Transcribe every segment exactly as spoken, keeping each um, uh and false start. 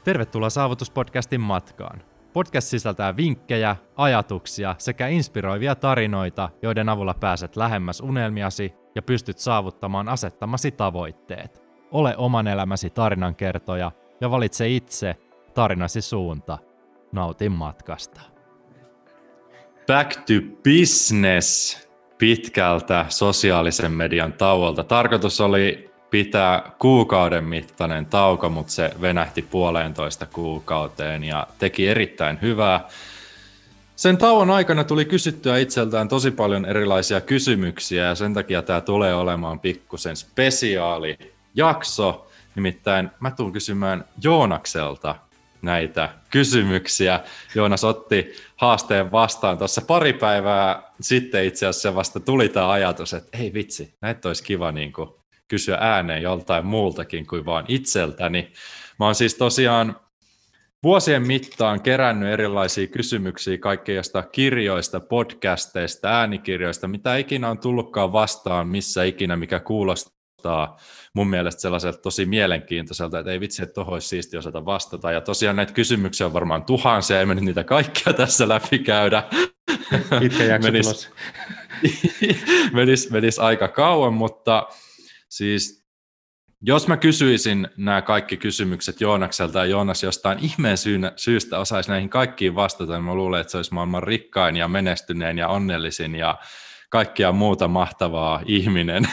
Tervetuloa Saavutuspodcastin matkaan. Podcast sisältää vinkkejä, ajatuksia sekä inspiroivia tarinoita, joiden avulla pääset lähemmäs unelmiasi ja pystyt saavuttamaan asettamasi tavoitteet. Ole oman elämäsi tarinankertoja ja valitse itse tarinasi suunta. Nautin matkasta. Back to business pitkältä sosiaalisen median tauolta. Tarkoitus oli pitää kuukauden mittainen tauko, mutta se venähti puoleentoista kuukauteen ja teki erittäin hyvää. Sen tauon aikana tuli kysyttyä itseltään tosi paljon erilaisia kysymyksiä ja sen takia tämä tulee olemaan pikkusen spesiaalijakso. Nimittäin mä tuun kysymään Joonakselta näitä kysymyksiä. Joonas otti haasteen vastaan tuossa pari päivää sitten itse asiassa vasta tuli tämä ajatus, että ei vitsi, näitä olisi kiva niin kuin kysyä ääneen joltain muultakin kuin vaan itseltäni. Mä oon siis tosiaan vuosien mittaan kerännyt erilaisia kysymyksiä kaikkeista kirjoista, podcasteista, äänikirjoista, mitä ikinä on tullutkaan vastaan, missä ikinä, mikä kuulostaa mun mielestä sellaiselta tosi mielenkiintoiselta, että ei vitsi, että tohon olisi siistiä osata vastata. Ja tosiaan näitä kysymyksiä on varmaan tuhansia, ei me nyt niitä kaikkia tässä läpi käydä. Pitkä jakso menis, tulossa. menis, menis aika kauan, mutta siis jos mä kysyisin nämä kaikki kysymykset Joonakselta ja Joonas jostain ihmeen syynä, syystä osaisi näihin kaikkiin vastata, niin mä luulen, että se olisi maailman rikkain ja menestyneen ja onnellisin ja kaikkia muuta mahtavaa ihminen.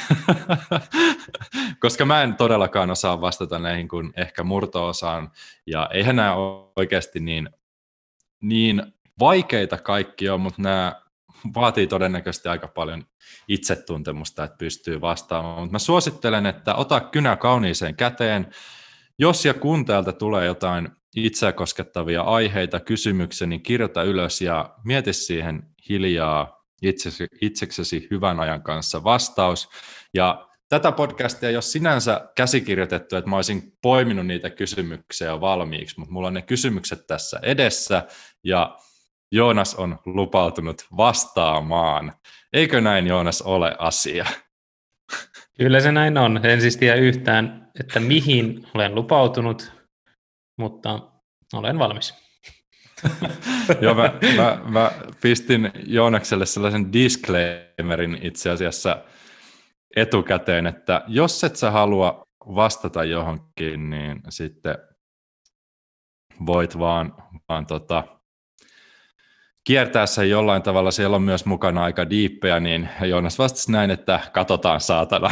Koska mä en todellakaan osaa vastata näihin kuin ehkä murto-osaan ja eihän nämä ole oikeasti niin, niin vaikeita kaikki ole, mutta nämä vaatii todennäköisesti aika paljon itsetuntemusta, että pystyy vastaamaan. Mutta mä suosittelen, että ota kynä kauniiseen käteen. Jos ja kun täältä tulee jotain itseä koskettavia aiheita, kysymyksiä, niin kirjoita ylös ja mieti siihen hiljaa itsesi, itseksesi hyvän ajan kanssa vastaus. Ja tätä podcastia ei ole sinänsä käsikirjoitettu, että mä olisin poiminut niitä kysymyksiä jo valmiiksi, mutta mulla on ne kysymykset tässä edessä ja Joonas on lupautunut vastaamaan. Eikö näin, Joonas, ole asia? Kyllä se näin on. En siis tiedä yhtään, että mihin olen lupautunut, mutta olen valmis. Joo, mä, mä, mä pistin Joonakselle sellaisen disclaimerin itse asiassa etukäteen, että jos et sä halua vastata johonkin, niin sitten voit vaan, vaan tota, kiertää sen jollain tavalla, siellä on myös mukana aika diippejä, niin Joonas vastasi näin, että katsotaan saatana.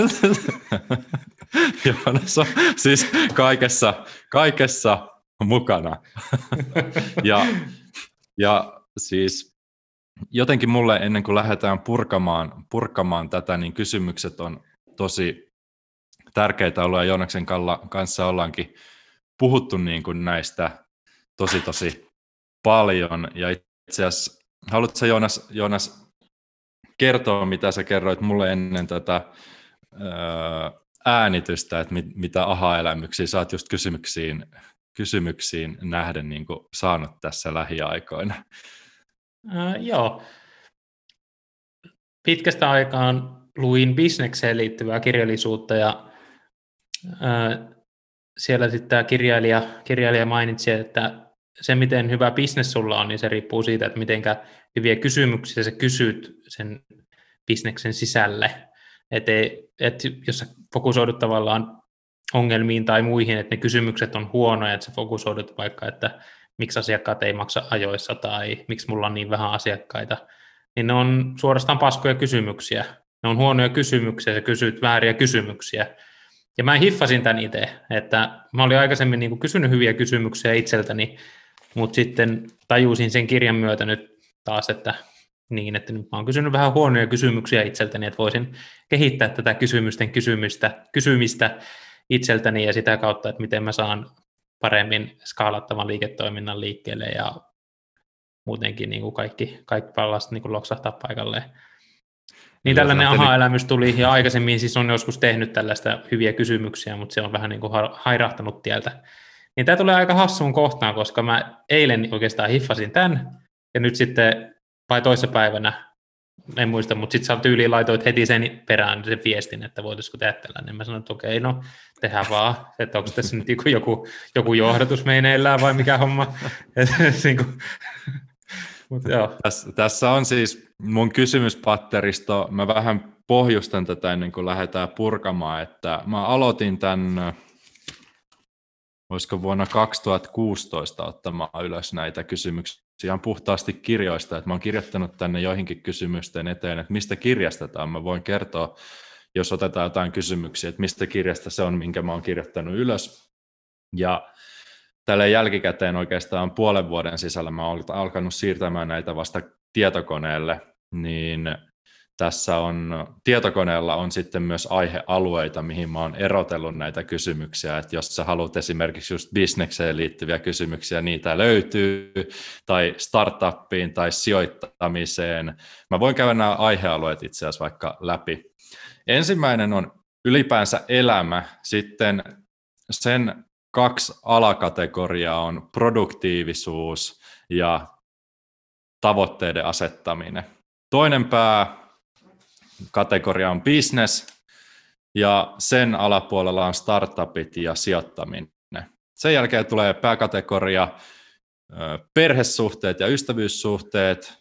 Joonas on siis kaikessa, kaikessa mukana. ja, ja siis jotenkin mulle ennen kuin lähdetään purkamaan, purkamaan tätä, niin kysymykset on tosi tärkeitä ollut ja Joonaksen kanssa ollaankin puhuttu niin kuin näistä tosi tosi paljon ja itse asiassa, haluatko Joonas, Joonas kertoa, mitä sä kerroit mulle ennen tätä ää, äänitystä, että mit, mitä aha-elämyksiä sä oot just kysymyksiin, kysymyksiin nähden niin kuin saanut tässä lähiaikoina? Äh, joo. Pitkästä aikaan luin bisnekseen liittyvää kirjallisuutta ja äh, siellä sitten tämä kirjailija, kirjailija mainitsi, että se, miten hyvä business sulla on, niin se riippuu siitä, että miten hyviä kysymyksiä sä kysyt sen bisneksen sisälle. Että et, jos sä fokusoidut tavallaan ongelmiin tai muihin, että ne kysymykset on huonoja, että sä fokusoidut vaikka, että miksi asiakkaat ei maksa ajoissa tai miksi mulla on niin vähän asiakkaita, niin ne on suorastaan paskoja kysymyksiä. Ne on huonoja kysymyksiä, sä kysyt vääriä kysymyksiä. Ja mä hiffasin tämän itse, että mä olin aikaisemmin niin kuin kysynyt hyviä kysymyksiä itseltäni, mutta sitten tajusin sen kirjan myötä nyt taas, että niin, että nyt mä oon kysynyt vähän huonoja kysymyksiä itseltäni, että voisin kehittää tätä kysymysten kysymistä, kysymistä itseltäni ja sitä kautta, että miten mä saan paremmin skaalattavan liiketoiminnan liikkeelle ja muutenkin niin kuin kaikki, kaikki pallast niin kuin loksahtaa paikalleen. Niin tällainen aha-elämys tuli, ja aikaisemmin siis on joskus tehnyt tällaista hyviä kysymyksiä, mutta se on vähän niin kuin hairahtanut tieltä. Niin tämä tulee aika hassuun kohtaan, koska mä eilen oikeastaan hiffasin tämän, ja nyt sitten vai toissapäivänä en muista, mutta sitten sä tyyliin laitoit heti sen perään sen viestin, että voitaisiko tehdä tällainen. Niin mä sanoin, että okei, no tehdään vaan, että onko tässä nyt joku, joku johdatus meneillään vai mikä homma. Mut joo. Tässä, tässä on siis mun kysymyspatteristo, mä vähän pohjustan tätä ennen kuin lähdetään purkamaan, että mä aloitin tämän, olisiko vuonna kaksituhattakuusitoista ottamaan ylös näitä kysymyksiä ihan puhtaasti kirjoista, että mä oon kirjoittanut tänne joihinkin kysymysten eteen, että mistä kirjasta tämä on. Mä voin kertoa, jos otetaan jotain kysymyksiä, että mistä kirjasta se on, minkä mä oon kirjoittanut ylös. Ja tällä jälkikäteen oikeastaan puolen vuoden sisällä mä oon alkanut siirtämään näitä vasta tietokoneelle, niin tässä on, tietokoneella on sitten myös aihealueita, mihin mä oon erotellut näitä kysymyksiä, että jos sä haluat esimerkiksi just bisnekseen liittyviä kysymyksiä, niitä löytyy, tai startuppiin tai sijoittamiseen. Mä voin käydä nämä aihealueet itse asiassa vaikka läpi. Ensimmäinen on ylipäänsä elämä, sitten sen kaksi alakategoriaa on produktiivisuus ja tavoitteiden asettaminen. Toinen pääkategoria on business ja sen alapuolella on startupit ja sijoittaminen. Sen jälkeen tulee pääkategoria perhesuhteet ja ystävyyssuhteet.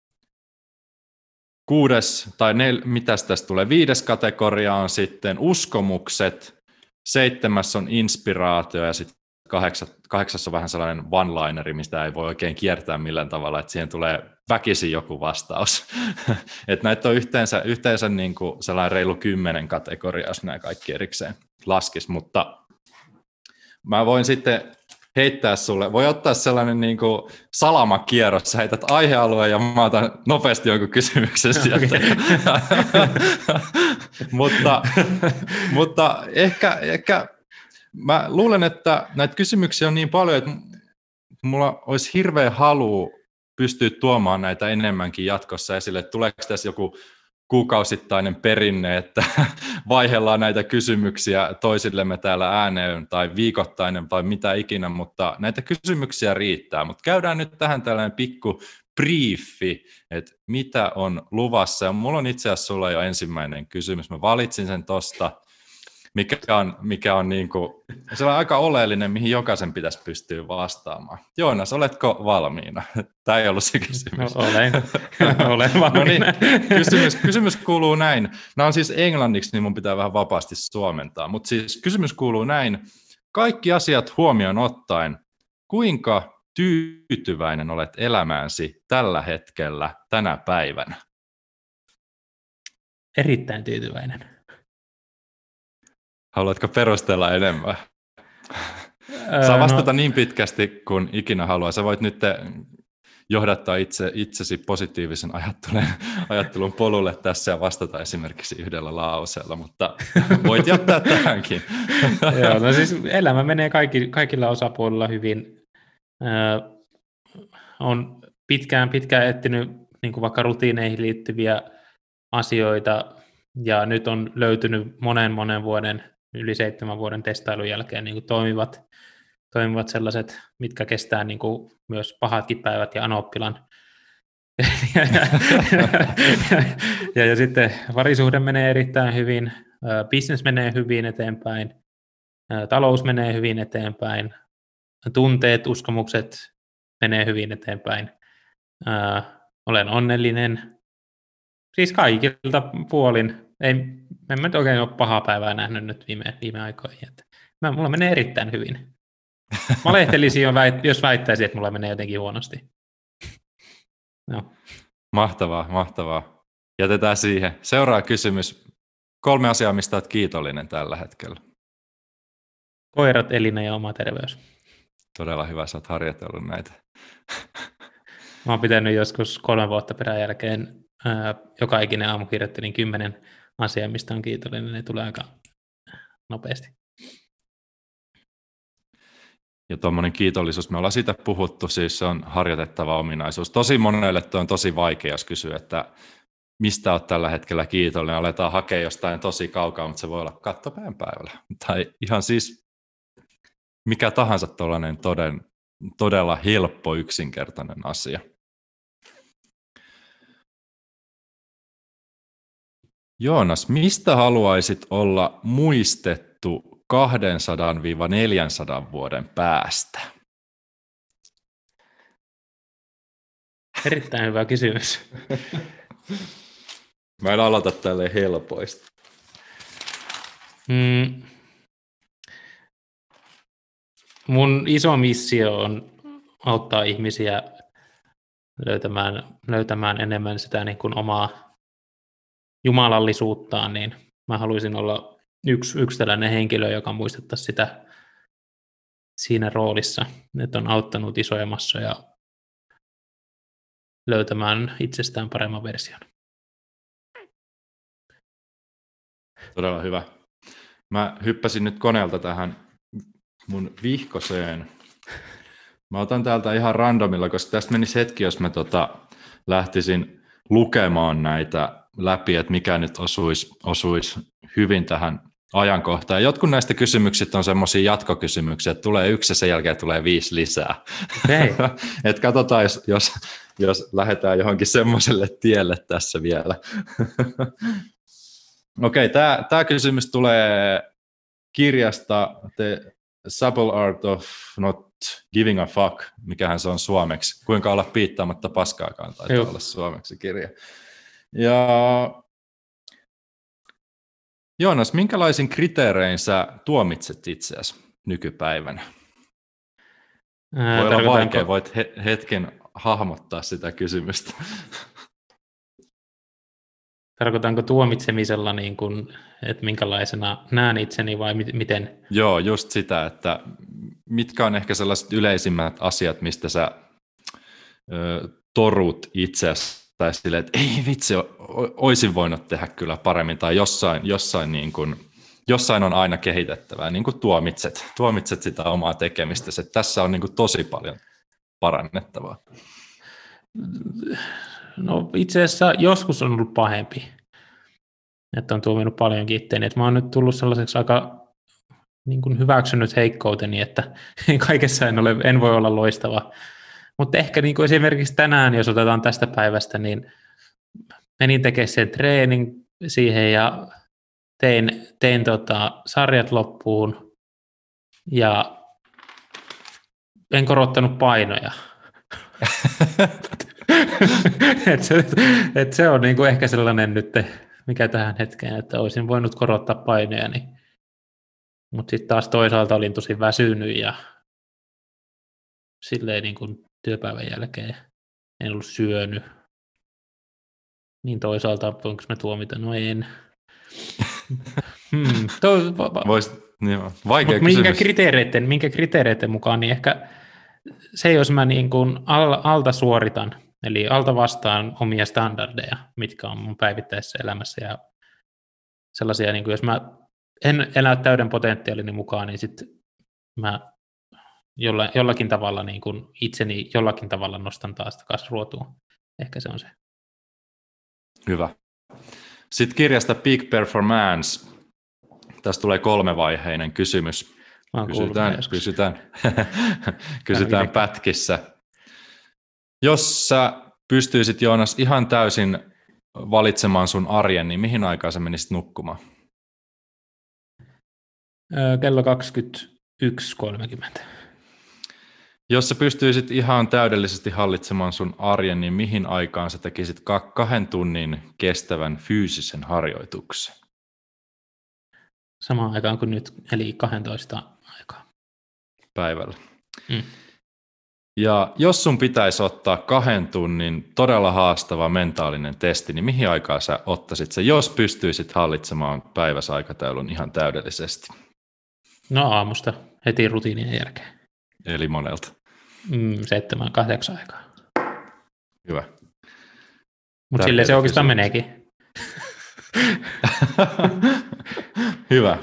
Kuudes, tai nel, mitäs tästä tulee, viides kategoria on sitten uskomukset. Seitsemäs on inspiraatio ja sitten kahdeksas, kahdeksas on vähän sellainen one-lineri, mistä ei voi oikein kiertää millään tavalla, että siihen tulee väkisin joku vastaus. Että näitä on yhteensä, yhteensä niin kuin sellainen reilu kymmenen kategoriaa, jos nämä kaikki erikseen laskisi, mutta mä voin sitten heittää sulle, voi ottaa sellainen niin kuin salamakierros, sä heität aihealueen ja mä otan nopeasti jonkun kysymyksen sieltä. Okay. mutta, mutta ehkä, ehkä mä luulen, että näitä kysymyksiä on niin paljon, että mulla olisi hirveä halu pystyä tuomaan näitä enemmänkin jatkossa esille. Tuleeko tässä joku kuukausittainen perinne, että vaihdellaan näitä kysymyksiä toisillemme täällä ääneen tai viikoittainen tai mitä ikinä, mutta näitä kysymyksiä riittää. Mutta käydään nyt tähän tällainen pikku briefi, että mitä on luvassa. Ja mulla on itse asiassa sulla jo ensimmäinen kysymys. Mä valitsin sen tosta, mikä on, mikä on niin kuin, se on aika oleellinen, mihin jokaisen pitäisi pystyä vastaamaan. Joonas, oletko valmiina? Tämä ei ollut se kysymys. No, olen, olen valmiina. No niin, kysymys, kysymys kuuluu näin. Nämä on siis englanniksi, niin mun pitää vähän vapaasti suomentaa. Mutta siis kysymys kuuluu näin. Kaikki asiat huomioon ottaen, kuinka tyytyväinen olet elämääsi tällä hetkellä, tänä päivänä? Erittäin tyytyväinen. Haluatko perustella enemmän? Saa vastata no, niin pitkästi kuin ikinä haluaa. Sä voit nyt johdattaa itse, itsesi positiivisen ajattelun, ajattelun polulle tässä ja vastata esimerkiksi yhdellä lauseella, mutta voit jättää tähänkin. Joo, no siis elämä menee kaikki, kaikilla osapuolilla hyvin. Äh, on pitkään, pitkään etsinyt niin kuin vaikka rutiineihin liittyviä asioita, ja nyt on löytynyt monen monen vuoden, yli seitsemän vuoden testailun jälkeen niin kuin toimivat, toimivat sellaiset, mitkä kestää niin kuin myös pahatkin päivät ja anoppilan. ja, ja, ja sitten varisuhde menee erittäin hyvin, business menee hyvin eteenpäin, talous menee hyvin eteenpäin, tunteet, uskomukset menee hyvin eteenpäin. Olen onnellinen. Siis kaikilta puolin. Ei, en mä nyt oikein ole pahaa päivää nähnyt nyt viime, viime aikoihin. Että mä, mulla menee erittäin hyvin. Mä lehtelisin, jos väittäisin, että mulla menee jotenkin huonosti. No. Mahtavaa, mahtavaa. Jätetään siihen. Seuraava kysymys. Kolme asiaa, mistä olet kiitollinen tällä hetkellä. Koirat, elinä ja oma terveys. Todella hyvä, sä oot harjoitellut näitä. Mä oon pitänyt joskus kolme vuotta perän jälkeen ää, joka ikinen aamu kirjoittelin kymmenen asiaa, mistä on kiitollinen, ne tulee aika nopeasti. Ja tuommoinen kiitollisuus, me ollaan siitä puhuttu, siis se on harjoitettava ominaisuus. Tosi monelle tuo on tosi vaikea, jos kysyy, että mistä olet tällä hetkellä kiitollinen, aletaan hakea jostain tosi kaukaa, mutta se voi olla kattopään päivällä. Tai ihan siis mikä tahansa tuollainen toden, todella helppo, yksinkertainen asia. Joonas, mistä haluaisit olla muistettu kaksisataa neljäsataa vuoden päästä? Erittäin hyvä kysymys. Mä en aloita tälleen helpoista. Mm. Mun iso missio on auttaa ihmisiä löytämään, löytämään enemmän sitä niin kuin omaa jumalallisuuttaan, niin mä haluaisin olla yksi, yksi tällainen henkilö, joka muistettaisi sitä siinä roolissa, että on auttanut isoja massoja löytämään itsestään paremman version. Todella hyvä. Mä hyppäsin nyt koneelta tähän mun vihkoseen. Mä otan täältä ihan randomilla, koska tästä menisi hetki, jos mä tota lähtisin lukemaan näitä läpi, että mikä nyt osuisi, osuisi hyvin tähän ajankohtaan. Jotkut näistä kysymyksistä on semmoisia jatkokysymyksiä, että tulee yksi ja sen jälkeen tulee viisi lisää. Okay. Et katsotaan, jos, jos, jos lähdetään johonkin semmoiselle tielle tässä vielä. Okei, okay, tämä kysymys tulee kirjasta The Subtle Art of Not Giving a Fuck, mikähän se on suomeksi. Kuinka olla piittaamatta paskaakaan, taitaa olla suomeksi kirja. Ja Joonas, minkälaisin kriteerein sä tuomitset itseäsi nykypäivänä? Ää, Voi olla vaikea, voit he- hetken hahmottaa sitä kysymystä. Tarkoitanko tuomitsemisella, niin kuin, että minkälaisena näen itseni vai miten? Joo, just sitä, että mitkä on ehkä sellaiset yleisimmät asiat, mistä sä ö, torut itseäsi tai silleen, että ei vitsi, oisin voinut tehdä kyllä paremmin tai jossain, jossain, niin kuin, jossain on aina kehitettävää, niin kuin tuomitset, tuomitset sitä omaa tekemistä, että tässä on niin kuin tosi paljon parannettavaa. No itse asiassa joskus on ollut pahempi, että on tuominut paljonkin itteeni, että mä oon nyt tullut sellaiseksi aika niin kuin hyväksynyt heikkouteni, että kaikessa en, ole, en voi olla loistava. Mutta ehkä niin kuin esimerkiksi tänään, jos otetaan tästä päivästä, niin menin tekemään sen treenin siihen ja tein, tein tota sarjat loppuun ja en korottanut painoja. et se, et se on niinku ehkä sellainen nyt, mikä tähän hetkeen, että olisin voinut korottaa painoja, niin. Mutta sitten taas toisaalta olin tosi väsynyt ja silleen niin kuin työpäivän jälkeen en ollut syönyt. Niin toisaalta voinko mä tuomita? No en. Hmm, to, va, va. Vois, niin, vaikea minkä kysymys. kriteereiden, minkä kriteereiden mukaan, niin ehkä se, jos mä niin kuin al, alta suoritan, eli alta vastaan omia standardeja, mitkä on mun päivittäisessä elämässä, ja sellaisia, niin kuin jos mä en elä täyden potentiaalini mukaan, niin sitten mä jolla, jollakin tavalla niin kuin itseni jollakin tavalla nostan taas takaisin ruotuun. Ehkä se on se. Hyvä. Sitten kirjasta Peak Performance. Tästä tulee kolmevaiheinen kysymys. Kysytään, kysytään, kysytään pätkissä. Jos sä pystyisit, Joonas, ihan täysin valitsemaan sun arjen, niin mihin aikaan sä menisit nukkumaan? Kello kaksikymmentäyksi kolmekymmentä. Jos sä pystyisit ihan täydellisesti hallitsemaan sun arjen, niin mihin aikaan sä tekisit kahden tunnin kestävän fyysisen harjoituksen? Samaan aikaan kuin nyt, eli kaksitoista aikaa. Päivällä. Mm. Ja jos sun pitäisi ottaa kahden tunnin todella haastava mentaalinen testi, niin mihin aikaan sä ottaisit sen, jos pystyisit hallitsemaan päiväsaikataulun ihan täydellisesti? No aamusta, heti rutiinien jälkeen. Eli monelta? Mm, seitsemän, kahdeksan aikaa. Hyvä. Mutta silleen se oikeastaan meneekin. Hyvä.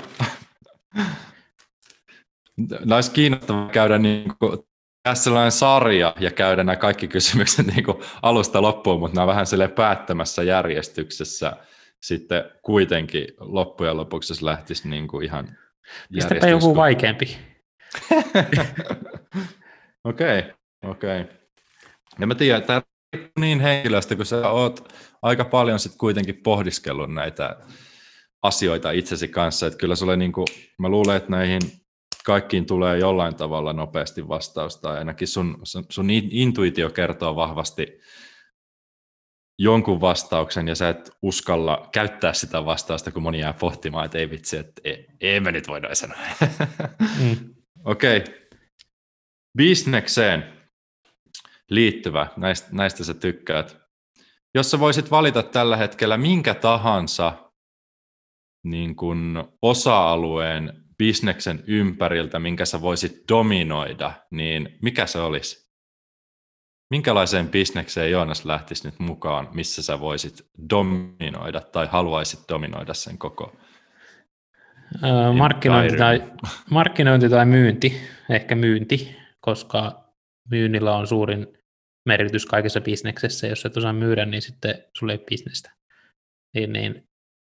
Olisi kiinnostavaa käydä niin kuin, tässä sellainen sarja ja käydä nämä kaikki kysymykset niin kuin alusta loppuun, mutta nämä vähän silleen päättämässä järjestyksessä sitten kuitenkin loppujen lopuksi, jos lähtisi niin kuin ihan pistäpä joku vaikeampi. Okei, okei. Okay. Ja mä tiedän, että niin henkilöstä, kun sä oot aika paljon sit kuitenkin pohdiskellut näitä asioita itsesi kanssa, että kyllä sulle niinku, mä luulen, että näihin kaikkiin tulee jollain tavalla nopeasti vastausta, ja ainakin sun, sun, sun intuitio kertoo vahvasti jonkun vastauksen, ja sä et uskalla käyttää sitä vastausta, kun moni jää pohtimaan, että ei vitsi, että ei, ei mä nyt voi noin sanoa. Mm. Okei. Okay. Bisnekseen liittyvä, näistä, näistä sä tykkäät. Jos sä voisit valita tällä hetkellä minkä tahansa niin kun osa-alueen bisneksen ympäriltä, minkä sä voisit dominoida, niin mikä se olisi? Minkälaiseen bisnekseen Joonas lähtisi nyt mukaan, missä sä voisit dominoida tai haluaisit dominoida sen koko öö, markkinointi, tai, markkinointi tai myynti, ehkä myynti, koska myynnillä on suurin merkitys kaikessa bisneksessä. Jos et osaa myydä, niin sitten sulla ei ole bisnestä. Niin, niin.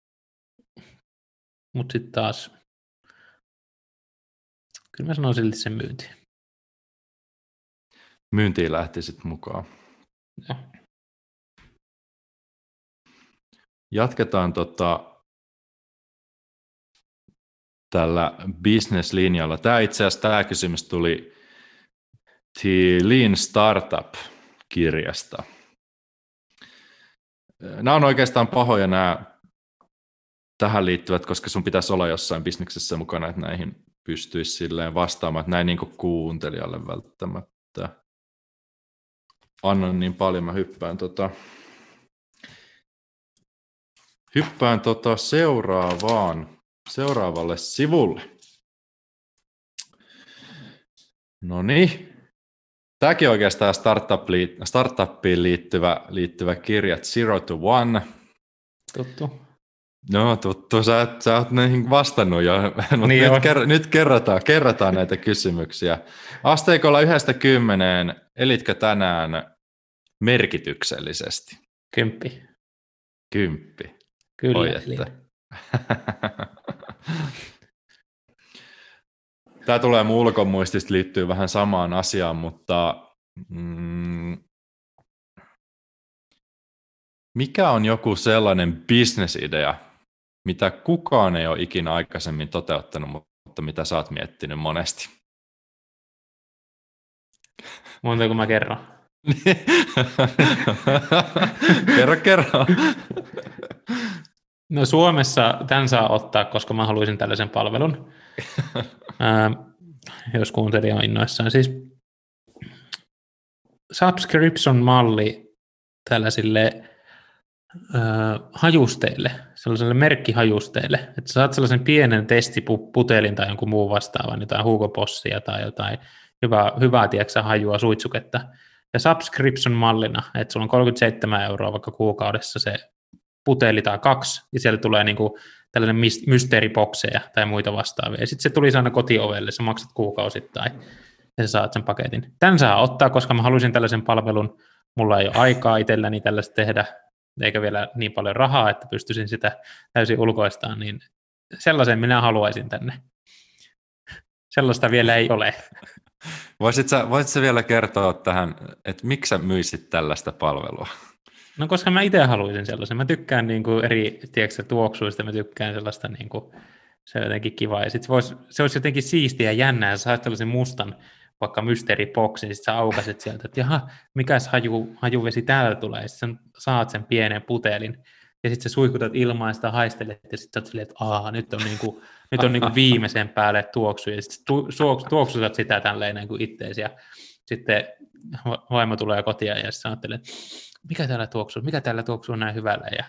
Mutta sitten taas, kyllä mä sanon silti sen myynti. Myyntiin lähtisit mukaan. Joo. Jatketaan tota, tällä business-linjalla. Tämä itse asiassa tämä kysymys tuli The Lean Startup-kirjasta. Nämä on oikeastaan pahoja nämä tähän liittyvät, koska sun pitäisi olla jossain bisneksessä mukana, että näihin pystyisi silleen vastaamaan, että näin niin kuin kuuntelijalle välttämättä annan niin paljon, mä hyppään tota, hyppään tota seuraavaan, seuraavalle sivulle. No niin, tämäkin oikeastaan startup, startuppiin liittyvä, liittyvä kirja, Zero to One. Tuttu. No tuttu, sä, sä oot näihin vastannut jo, mutta niin nyt, ker, nyt kerrataan, kerrataan näitä kysymyksiä. Asteikolla yhdestä kymmeneen, elitkö tänään merkityksellisesti? Kymppi. Kymppi. Kyllä. Oi, että. Tämä tulee mun ulkomuistista, liittyy vähän samaan asiaan, mutta mm, mikä on joku sellainen bisnesidea, mitä kukaan ei ole ikinä aikaisemmin toteuttanut, mutta mitä sä oot miettinyt monesti? Montako mä kerron? kerro, kerro. No Suomessa tämän saa ottaa, koska mä haluaisin tällaisen palvelun, Ää, jos kuuntelija on innoissaan. Siis subscription-malli tällaisille ää, hajusteille, sellaiselle merkkihajusteille, että saat sellaisen pienen testiputelin tai jonkun muun vastaavan, jotain Hugo Bossia tai jotain hyvää, hyvää tiedätkö, hajua, suitsuketta, ja subscription-mallina, että sulla on kolmekymmentäseitsemän euroa vaikka kuukaudessa se puteli tai kaksi, ja siellä tulee niinku tällainen mysteeribokseja tai muita vastaavia, ja sitten se tuli aina kotiovelle, sä maksat kuukausittain, ja sä saat sen paketin. Tän saa ottaa, koska mä haluaisin tällaisen palvelun, mulla ei ole aikaa itselläni tällaista tehdä, eikä vielä niin paljon rahaa, että pystyisin sitä täysin ulkoistamaan, niin sellaisen minä haluaisin tänne. Sellaista vielä ei ole. Voisitko sä, voisitko sä vielä kertoa tähän, että miksi sä myisit tällaista palvelua? No koska mä itse haluaisin sellaisen. Mä tykkään niin kuin eri tiedätkö, tuoksuista, mä tykkään sellaista, niin kuin, se on jotenkin kiva. Ja sit se, olisi, se olisi jotenkin siistiä ja jännää, sä saat tällaisen mustan vaikka mysteeriboksin, niin sit sä aukaset sieltä, että jaha, mikäs haju, hajuvesi täältä tulee, ja sit saat sen pienen putelin, ja sitten sä suihkutat ilmaan, sitä haistelet, ja sitten sä oot silleen, että aah, nyt on, niinku, nyt on niinku viimeisen päälle tuoksu, ja sitten tu, tuoksutat sitä tälleen niin kuin itteesi, ja sitten vaimo tulee kotiin, ja sitten ajattelee, että mikä täällä tuoksuu, mikä täällä tuoksuu näin hyvällä, ja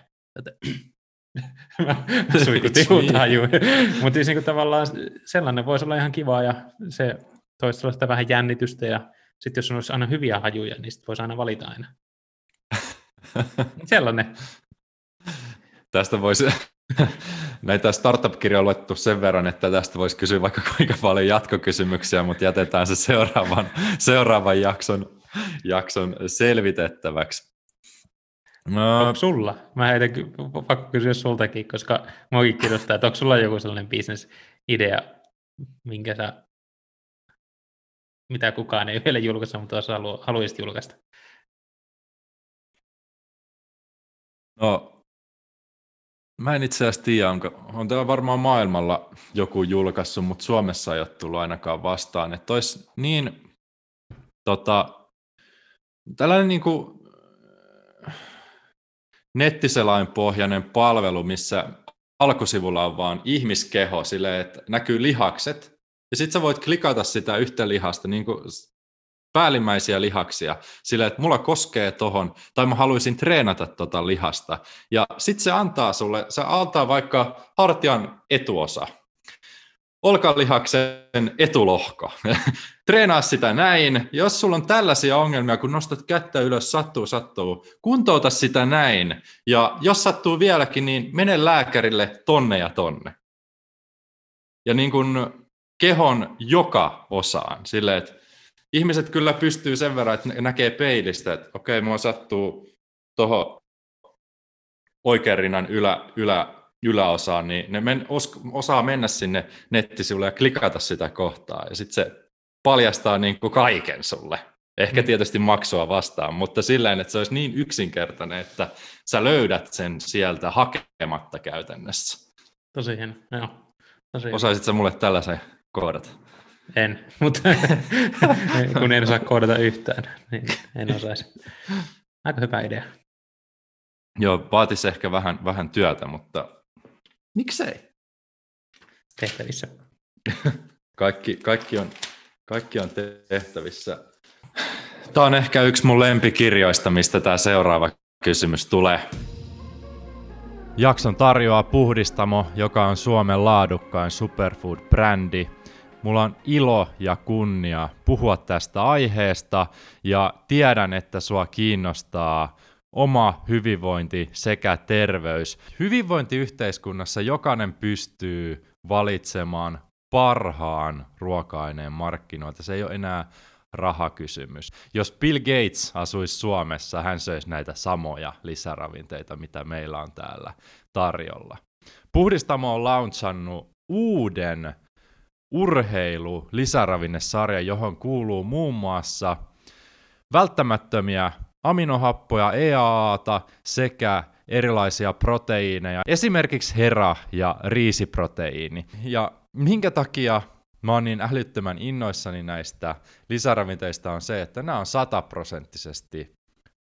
mä suihkutin uutta hajua. Mutta siis niinku tavallaan sellainen voisi olla ihan kiva, ja se toisi sellaista vähän jännitystä, ja sitten jos on olisi aina hyviä hajuja, niin sitten voisi aina valita aina. Sellainen. Tästä voisi, näitä startup-kirjoja on luettu sen verran, että tästä voisi kysyä vaikka kuinka paljon jatkokysymyksiä, mutta jätetään se seuraavan, seuraavan jakson, jakson selvitettäväksi. No. Onko sulla? Mä heitän pakko kysyä sultakin, koska muakin kiinnostaa, että onko sulla joku sellainen business-idea, minkä sä, mitä kukaan ei vielä julkaise, mutta halu, haluaisit julkaista? No, mä en itse asiassa tiedä, onko, on täällä varmaan maailmalla joku julkaissut, mutta Suomessa ei ole tullut ainakaan vastaan, että olisi niin tota, tällainen niin kuin nettiselain pohjainen palvelu, missä alkusivulla on vaan ihmiskeho silleen, että näkyy lihakset, ja sitten sä voit klikata sitä yhtä lihasta, niin kuin päällimmäisiä lihaksia, silleen, että mulla koskee tohon, tai mä haluaisin treenata tota lihasta, ja sitten se antaa sulle, se antaa vaikka hartian etuosa, olkalihaksen etulohko. Treenaa sitä näin. Jos sulla on tällaisia ongelmia, kun nostat kättä ylös, sattuu, sattuu, kuntouta sitä näin. Ja jos sattuu vieläkin, niin mene lääkärille tonne ja tonne. Ja niin kuin kehon joka osaan. Silleen, että ihmiset kyllä pystyy sen verran, että näkee peilistä, että okei, mua sattuu tuohon oikean rinnan ylä, ylä yläosaan, niin ne men, os, osaa mennä sinne nettisivulle ja klikata sitä kohtaa, ja sitten se paljastaa niin kuin kaiken sulle. Ehkä mm. tietysti maksua vastaan, mutta silleen, että se olisi niin yksinkertainen, että sä löydät sen sieltä hakematta käytännössä. Tosi hieno, joo. Tosi hieno. Osaisit sä mulle tällaisen koodata? En, mutta kun en osaa koodata yhtään, niin en osaisi. Aika hyvä idea. Joo, vaatisi ehkä vähän, vähän työtä, mutta miksei? Tehtävissä. Kaikki, kaikki, on, kaikki on tehtävissä. Tämä on ehkä yksi mun lempikirjoista, mistä tämä seuraava kysymys tulee. Jakson tarjoaa Puhdistamo, joka on Suomen laadukkain superfood-brändi. Mulla on ilo ja kunnia puhua tästä aiheesta ja tiedän, että sua kiinnostaa oma hyvinvointi sekä terveys. Hyvinvointiyhteiskunnassa jokainen pystyy valitsemaan parhaan ruoka-aineen markkinoilta. Se ei ole enää rahakysymys. Jos Bill Gates asuisi Suomessa, hän söisi näitä samoja lisäravinteita, mitä meillä on täällä tarjolla. Puhdistamo on launchannut uuden urheilu-lisäravinnesarja, johon kuuluu muun muassa välttämättömiä aminohappoja, E A A:ta sekä erilaisia proteiineja, esimerkiksi hera- ja riisiproteiini. Ja minkä takia mä oon niin älyttömän innoissani näistä lisäravinteista on se, että nämä on sataprosenttisesti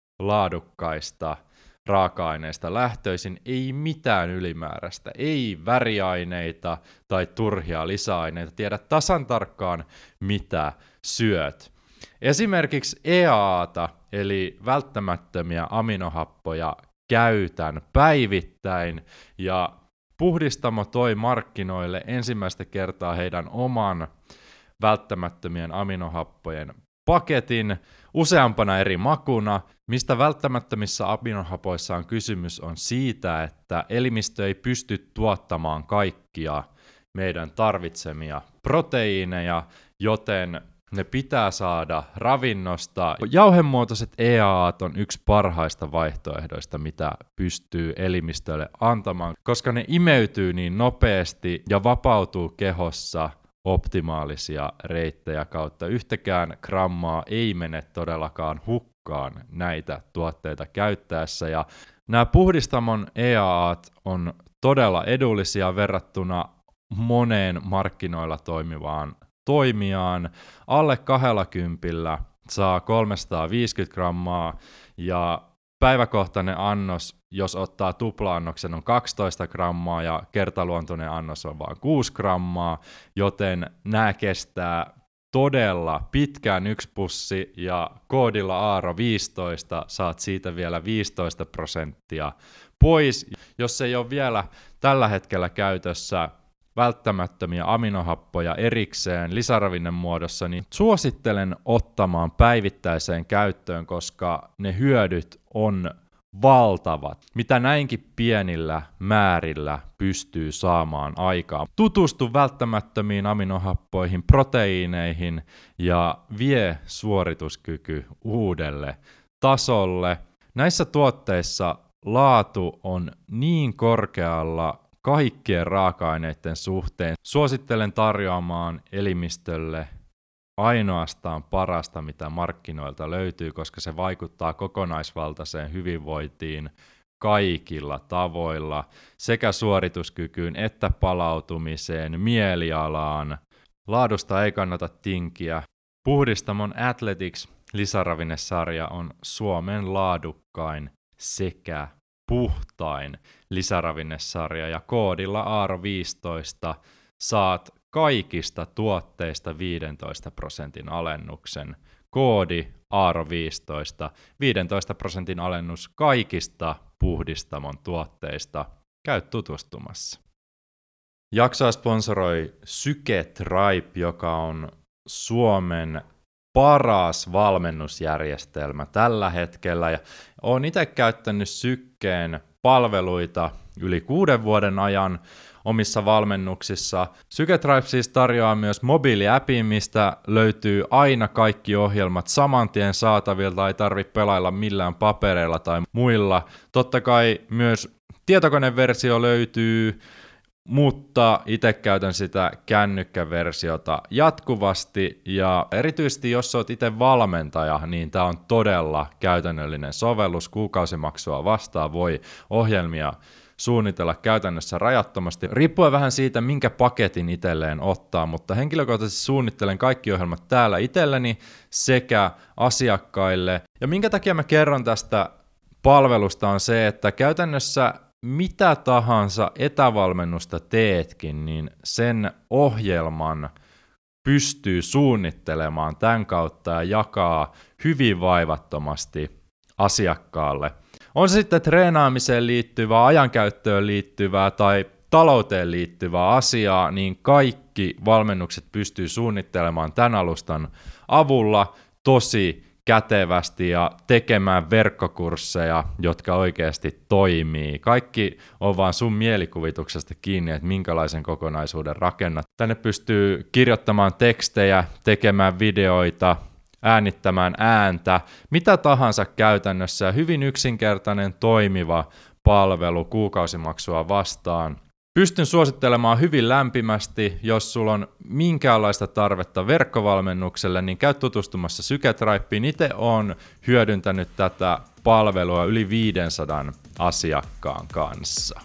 laadukkaista raaka-aineista lähtöisin, ei mitään ylimääräistä, ei väriaineita tai turhia lisäaineita, tiedä tasan tarkkaan mitä syöt. Esimerkiksi E A A:ta, eli välttämättömiä aminohappoja, käytän päivittäin, ja Puhdistamo toi markkinoille ensimmäistä kertaa heidän oman välttämättömien aminohappojen paketin useampana eri makuna. Mistä välttämättömissä aminohapoissa on kysymys on siitä, että elimistö ei pysty tuottamaan kaikkia meidän tarvitsemia proteiineja, joten ne pitää saada ravinnosta. Jauhemuotoiset E A A:t on yksi parhaista vaihtoehdoista, mitä pystyy elimistölle antamaan, koska ne imeytyy niin nopeasti ja vapautuu kehossa optimaalisia reittejä kautta. Yhtäkään grammaa ei mene todellakaan hukkaan näitä tuotteita käyttäessä. Ja nämä Puhdistamon E A A:t on todella edullisia verrattuna moneen markkinoilla toimivaan toimijaan. Alle kaksikymmentä saa kolmesataaviisikymmentä grammaa ja päiväkohtainen annos, jos ottaa tupla-annoksen, on kaksitoista grammaa ja kertaluontoinen annos on vain kuusi grammaa, joten nämä kestää todella pitkään yksi pussi ja koodilla Aaro viisitoista saat siitä vielä viisitoista prosenttia pois. Jos ei ole vielä tällä hetkellä käytössä välttämättömiä aminohappoja erikseen lisäravinne muodossa, niin suosittelen ottamaan päivittäiseen käyttöön, koska ne hyödyt on valtavat, mitä näinkin pienillä määrillä pystyy saamaan aikaan. Tutustu välttämättömiin aminohappoihin, proteiineihin ja vie suorituskyky uudelle tasolle. Näissä tuotteissa laatu on niin korkealla kaikkien raaka-aineiden suhteen. Suosittelen tarjoamaan elimistölle ainoastaan parasta, mitä markkinoilta löytyy, koska se vaikuttaa kokonaisvaltaiseen hyvinvointiin kaikilla tavoilla, sekä suorituskykyyn että palautumiseen, mielialaan. Laadusta ei kannata tinkiä. Puhdistamon Athletics lisäravinnesarja on Suomen laadukkain sekä puhtain lisäravinnesarja, ja koodilla Aaro viisitoista saat kaikista tuotteista viisitoista prosentin alennuksen. Koodi Aaro viisitoista, viisitoista prosentin alennus kaikista Puhdistamon tuotteista. Käy tutustumassa. Jaksoa sponsoroi Syketribe, joka on Suomen paras valmennusjärjestelmä tällä hetkellä, ja olen itse käyttänyt Sykkeen palveluita yli kuuden vuoden ajan omissa valmennuksissa. Syketribe siis tarjoaa myös mobiiliäpin, mistä löytyy aina kaikki ohjelmat saman tien saatavilta, ei tarvitse pelailla millään papereilla tai muilla. Totta kai myös tietokoneversio löytyy, mutta itse käytän sitä kännykkäversiota jatkuvasti, ja erityisesti jos olet itse valmentaja, niin tämä on todella käytännöllinen sovellus. Kuukausimaksua vastaan voi ohjelmia suunnitella käytännössä rajattomasti, riippuen vähän siitä, minkä paketin itselleen ottaa, mutta henkilökohtaisesti suunnittelen kaikki ohjelmat täällä itselleni sekä asiakkaille. Ja minkä takia mä kerron tästä palvelusta on se, että käytännössä mitä tahansa etävalmennusta teetkin, niin sen ohjelman pystyy suunnittelemaan tämän kautta ja jakaa hyvin vaivattomasti asiakkaalle. On se sitten treenaamiseen liittyvää, ajankäyttöön liittyvää tai talouteen liittyvää asiaa, niin kaikki valmennukset pystyy suunnittelemaan tämän alustan avulla tosi kätevästi ja tekemään verkkokursseja, jotka oikeasti toimii. Kaikki on vaan sun mielikuvituksesta kiinni, että minkälaisen kokonaisuuden rakennat. Tänne pystyy kirjoittamaan tekstejä, tekemään videoita, äänittämään ääntä, mitä tahansa käytännössä. Hyvin yksinkertainen, toimiva palvelu kuukausimaksua vastaan. Pystyn suosittelemaan hyvin lämpimästi, jos sulla on minkäänlaista tarvetta verkkovalmennukselle, niin käy tutustumassa Syketribeen. Itse olen hyödyntänyt tätä palvelua yli viisisataa asiakkaan kanssa.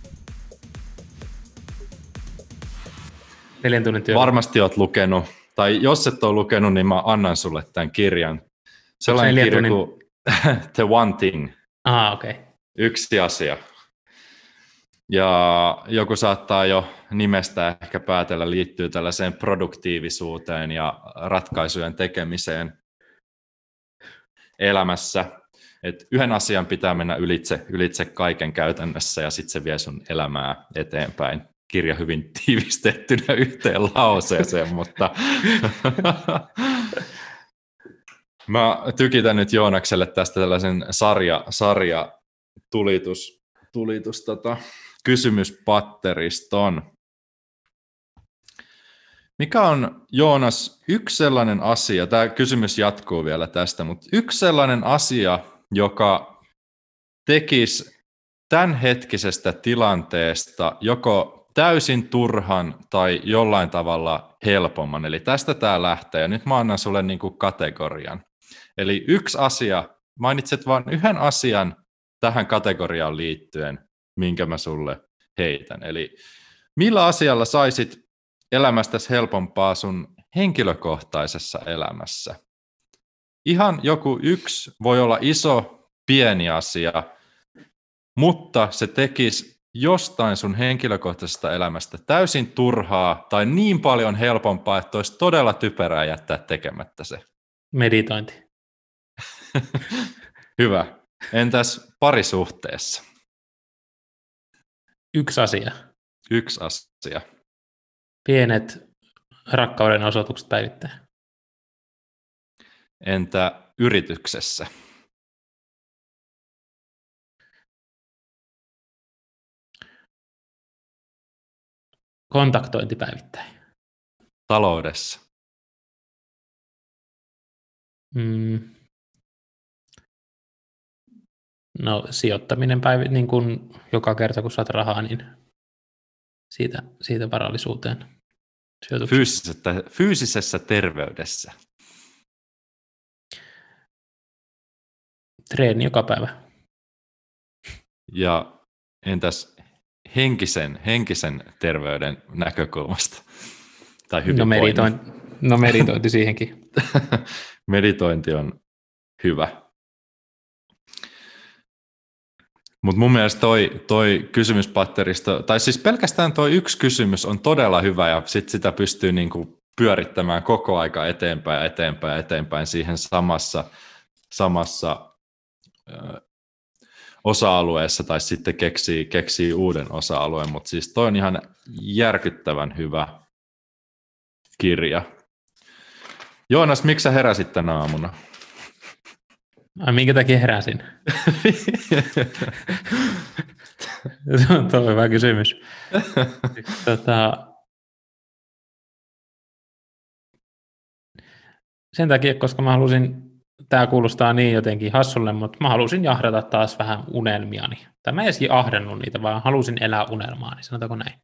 Neljän tunnin työ. Varmasti olet lukenut, tai jos et ole lukenut, niin mä annan sulle tämän kirjan. Sellainen kirja tunnin... kuin The One Thing. Ah, okei. Okay. Yksi asia. Ja joku saattaa jo nimestä ehkä päätellä liittyy tällaiseen produktiivisuuteen ja ratkaisujen tekemiseen elämässä. Et yhden asian pitää mennä ylitse, ylitse kaiken käytännössä ja sitten se vie sun elämää eteenpäin. Kirja hyvin tiivistettynä yhteen lauseeseen, mutta mä tykitän nyt Joonakselle tästä tällaisen sarja, sarja tulitus, tulitus tota, kysymyspatteriston. Mikä on, Joonas, yksi sellainen asia, tämä kysymys jatkuu vielä tästä, mutta yksi sellainen asia, joka tekisi tämänhetkisestä tilanteesta joko täysin turhan tai jollain tavalla helpomman. Eli tästä tämä lähtee, ja nyt mä annan sulle niin kuin kategorian. Eli yksi asia, mainitset vain yhden asian tähän kategoriaan liittyen, minkä mä sulle heitän. Eli millä asialla saisit elämästäsi helpompaa sun henkilökohtaisessa elämässä? Ihan joku yksi voi olla iso, pieni asia, mutta se tekisi jostain sun henkilökohtaisesta elämästä täysin turhaa tai niin paljon helpompaa, että olisi todella typerää jättää tekemättä se. Meditointi. Hyvä. Entäs parisuhteessa? Yksi asia. Yksi asia. Pienet rakkauden osoitukset päivittäin. Entä yrityksessä? Kontaktointi päivittäin. Taloudessa? Mm. No sijoittaminen päivi, niin kuin joka kerta kun saat rahaa, niin siitä, siitä varallisuuteen. Fyysisessä, fyysisessä terveydessä? Treeni joka päivä. Ja entäs henkisen, henkisen terveyden näkökulmasta? Tai No, hyvinvoinnin? meritoin, no meritointi siihenkin. Meditointi on hyvä. Mutta mun mielestä toi, toi kysymyspatterista, tai siis pelkästään toi yksi kysymys on todella hyvä, ja sit sitä pystyy niinku pyörittämään koko aika eteenpäin, eteenpäin, eteenpäin siihen samassa, samassa ö, osa-alueessa, tai sitten keksii, keksii uuden osa-alueen, mutta siis toi on ihan järkyttävän hyvä kirja. Joonas, miksi sä heräsit tänä aamuna? Ai, minkä takia heräsin? Tuo on hyvä kysymys. Tota, sen takia, koska mä halusin, tämä kuulostaa niin jotenkin hassulle, mutta mä halusin jahdata taas vähän unelmiani. Tai mä en edes jahdannut niitä, vaan halusin elää unelmaani, sanotaanko näin.